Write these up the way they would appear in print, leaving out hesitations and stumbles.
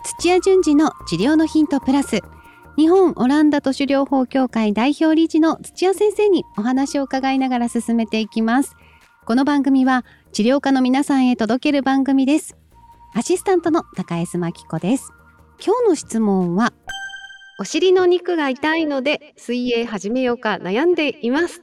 土屋順次の治療のヒントプラス、日本オランダ都市療法協会代表理事の土屋先生にお話を伺いながら進めていきます。この番組は治療家の皆さんへ届ける番組です。アシスタントの高江須真紀子です。今日の質問は、お尻の肉が痛いので水泳始めようか悩んでいます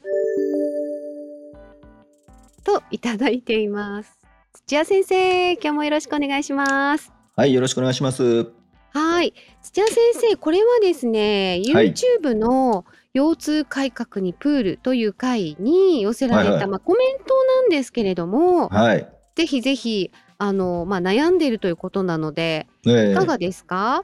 といただいています。土屋先生、今日もよろしくお願いします。 はい、よろしくお願いします。 はい、土屋先生、これはですね、 はい、 YouTube の腰痛改革にプールという回に寄せられた、コメントなんですけれども、 はい、 ぜひぜひ悩んでいるということなので、いかがですか？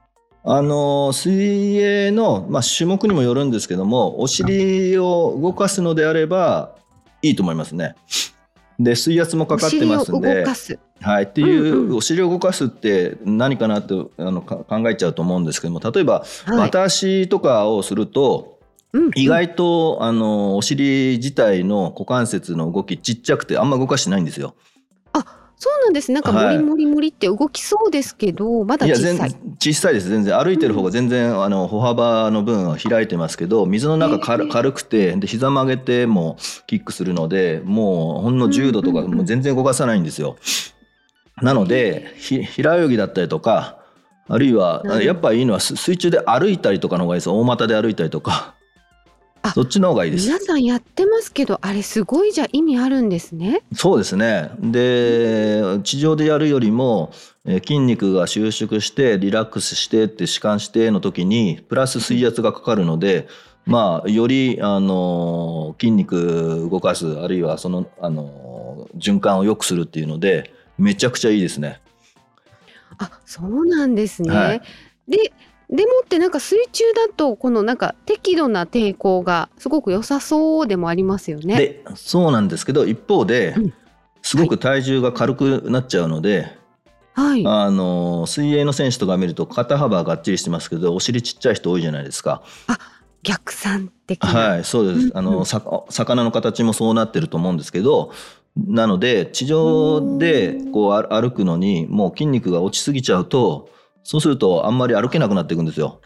水泳の、種目にもよるんですけども、お尻を動かすのであればいいと思いますね。で、水圧もかかってますんで、 お尻を動かす、 はい、っていう、お尻を動かすって何かなと考えちゃうと思うんですけども、例えば、綿足とかをすると、意外とお尻自体の股関節の動きちっちゃくてあんま動かしてないんですよ。 そうなんです。なんかモリモリモリって動きそうですけど、まだ小さい。 小さいです。全然歩いてる方が全然、歩幅の分は開いてますけど、水の中軽くて、で膝曲げてもキックするので、もうほんの10度とかもう全然動かさないんですよ。なので平泳ぎだったりとか、あるいはやっぱいいのは水中で歩いたりとかの方がいいです。大股で歩いたりとか、そっちの方がいいです。 皆さんやってますけど、あれすごいじゃ意味あるんですね。 そうですね。で、地上でやるよりも筋肉が収縮してリラックスしてって弛緩しての時にプラス水圧がかかるので、より筋肉動かす、あるいはその循環を良くするっていうのでめちゃくちゃいいですね。 そうなんですね。でもってなんか水中だとこのなんか適度な抵抗がすごく良さそうでもありますよね。 で、そうなんですけど、一方ですごく体重が軽くなっちゃうので、水泳の選手とか見ると肩幅がっちりしてますけど、お尻ちっちゃい人多いじゃないですか。 逆算的な。 はい、そうです。魚の形もそうなってると思うんですけど、なので地上でこう歩くのにもう筋肉が落ちすぎちゃうと、そうするとあんまり歩けなくなっていくんですよ。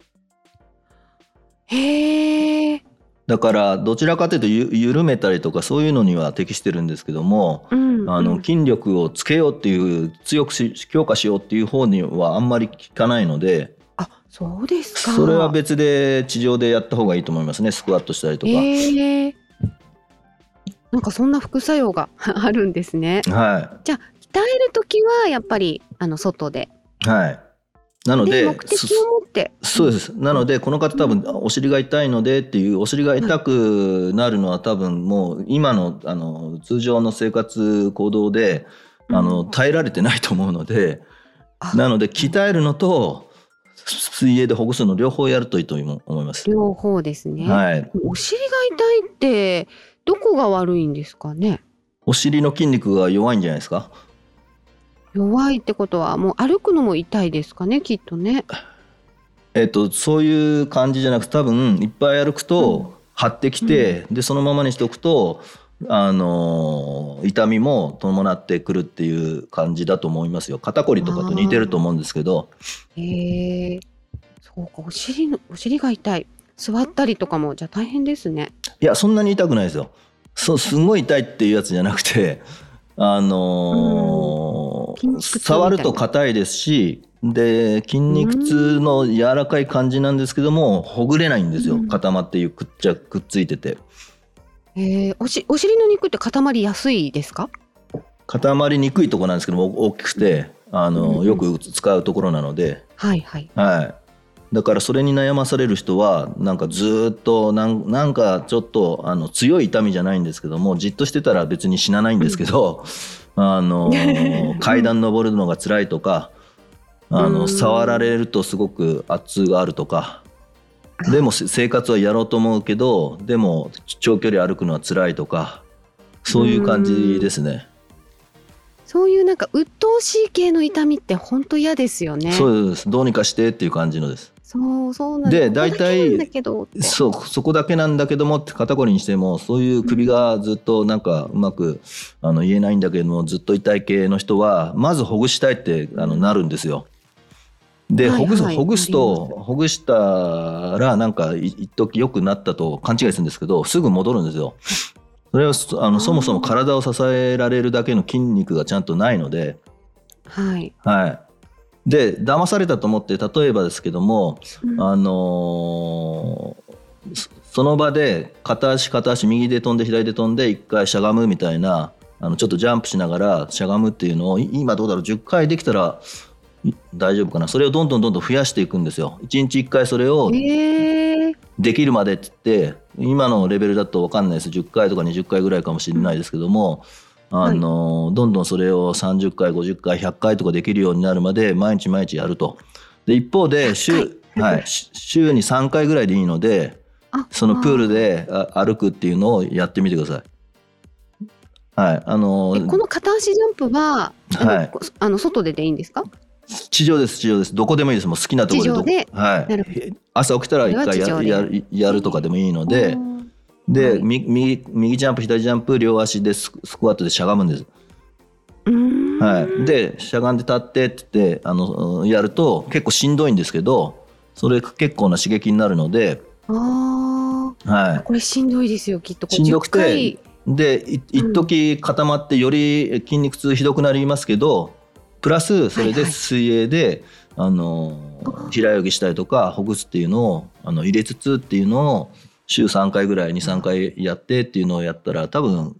へー。 だからどちらかというと緩めたりとかそういうのには適してるんですけども、筋力をつけようっていう、強く強化しようっていう方にはあんまり効かないので、 そうですか。 それは別で地上でやった方がいいと思いますね。スクワットしたりとか。 なんかそんな副作用があるんですね。 はい。 じゃあ鍛えるときはやっぱり外で。 はい。なので目的を持って。 そうです。なのでこの方多分お尻が痛いのでっていう、お尻が痛くなるのは多分もう今の通常の生活行動で耐えられてないと思うので、なので鍛えるのと水泳でほぐすの両方やるといいと思います。 両方ですね。 はい。 お尻が痛いってどこが悪いんですかね？ お尻の筋肉が弱いんじゃないですか？ 弱いってことはもう歩くのも痛いですかね、きっとね。 そういう感じじゃなくて、多分いっぱい歩くと張ってきて、でそのままにしておくと痛みも伴ってくるっていう感じだと思いますよ。肩こりとかと似てると思うんですけど。 そうか、お尻が痛い。座ったりとかもじゃあ大変ですね。 いや、そんなに痛くないですよ。すごい痛いっていうやつじゃなくて、触ると硬いですし、で筋肉痛の柔らかい感じなんですけども、ほぐれないんですよ。固まってくっついてて。 お尻の肉って固まりやすいですか？ 固まりにくいところなんですけども、大きくてよく使うところなので、はい。だからそれに悩まされる人はなんかずっとなんかちょっと強い痛みじゃないんですけども、じっとしてたら別に死なないんですけど、階段登るのが辛いとか、触られるとすごく圧があるとか、でも生活はやろうと思うけどでも長距離歩くのは辛いとか、そういう感じですね。 そういうなんか鬱陶しい系の痛みって本当嫌ですよね。 そうです。どうにかしてっていう感じのです。 そうなんで、大体そこだけなんだけどもって、肩こりにしてもそういう首がずっとなんかうまく言えないんだけどもずっと痛い系の人はまずほぐしたいってなるんですよ。 で、ほぐしたらなんか一時良くなったと勘違いするんですけど、すぐ戻るんですよ。それはそもそも体を支えられるだけの筋肉がちゃんとないので、はいはい、で騙されたと思って、例えばですけども、その場で片足右で飛んで左で飛んで1回しゃがむみたいな、ちょっとジャンプしながらしゃがむっていうのを今どうだろう、10回できたら大丈夫かな。それをどんどん増やしていくんですよ。1日1回それをできるまでって言って、今のレベルだと分かんないです、10回とか20回ぐらいかもしれないですけども、どんどんそれを30回50回100回とかできるようになるまで毎日毎日やると。で一方で週に3回ぐらいでいいので、そのプールで歩くっていうのをやってみてください。はい、この片足ジャンプは、外でいいんですか？ 地上です。どこでもいいです。もう好きなところで、朝起きたら1回やるとかでもいいので、で、右ジャンプ左ジャンプ両足でスクワットでしゃがむんです。でしゃがんで立ってってやると結構しんどいんですけど、それ結構な刺激になるので、これしんどいですよきっと。 しんどくて、で一時固まってより筋肉痛ひどくなりますけど、プラスそれで水泳で、平泳ぎしたりとかほぐすっていうのを入れつつっていうのを週3回ぐらい 2,3 回やってっていうのをやったら、多分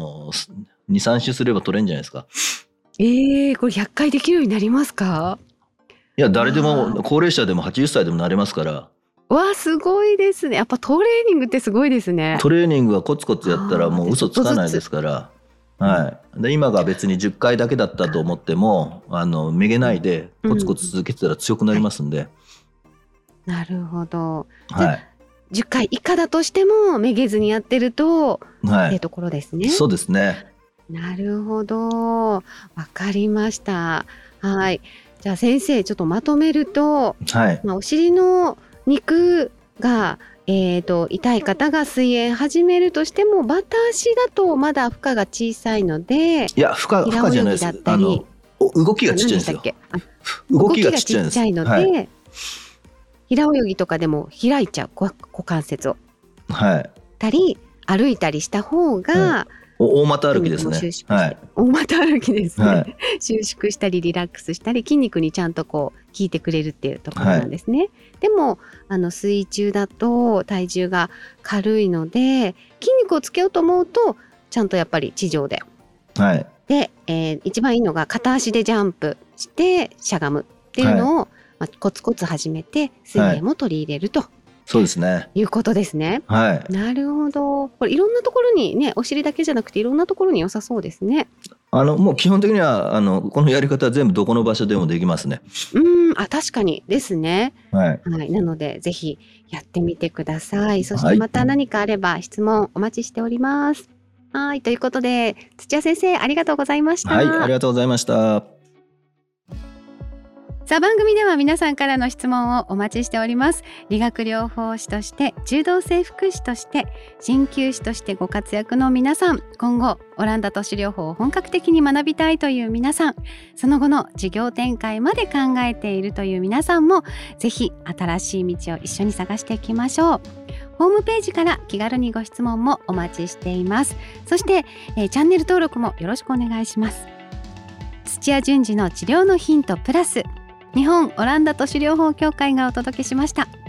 2,3 週すれば取れるんじゃないですか。 これ100回できるようになりますか？ いや、誰でも高齢者でも80歳でもなれますから。 わあ、すごいですね。やっぱトレーニングってすごいですね。 トレーニングはコツコツやったらもう嘘つかないですから。で今が別に10回だけだったと思ってもめげないでコツコツ続けてたら強くなりますんで。 なるほど。10回以下だとしてもめげずにやってると、っていうところですね。 そうですね。 なるほど、わかりました。はい、じゃあ先生ちょっとまとめると、お尻の肉が、痛い方が水泳始めるとしても、バタ足だとまだ負荷が小さいので、 いや負荷じゃないです。動きがちっちゃいんですよ。動きがちっちゃいので、平泳ぎとかでも開いちゃう股関節を、たり歩いたりした方が、大股歩きですね。 大股歩きですね。収縮したりリラックスしたり筋肉にちゃんと効いてくれるっていうところなんですね。でも水中だと体重が軽いので、筋肉をつけようと思うとちゃんとやっぱり地上で、で、一番いいのが片足でジャンプしてしゃがむっていうのを、コツコツ始めて水泳も取り入れると。 そうですね。 いうことですね。なるほど。これいろんなところにね、お尻だけじゃなくていろんなところに良さそうですね。 もう基本的にはこのやり方は全部どこの場所でもできますね。 確かにですね。なのでぜひやってみてください。そしてまた何かあれば質問お待ちしております。ということで土屋先生ありがとうございました。 ありがとうございました。 さあ、番組では皆さんからの質問をお待ちしております。理学療法士として、柔道整復師として、鍼灸師としてご活躍の皆さん、今後オランダ都市療法を本格的に学びたいという皆さん、その後の事業展開まで考えているという皆さんも、ぜひ新しい道を一緒に探していきましょう。ホームページから気軽にご質問もお待ちしています。そして、チャンネル登録もよろしくお願いします。土屋順次の治療のヒントプラス、日本オランダ都市療法協会がお届けしました。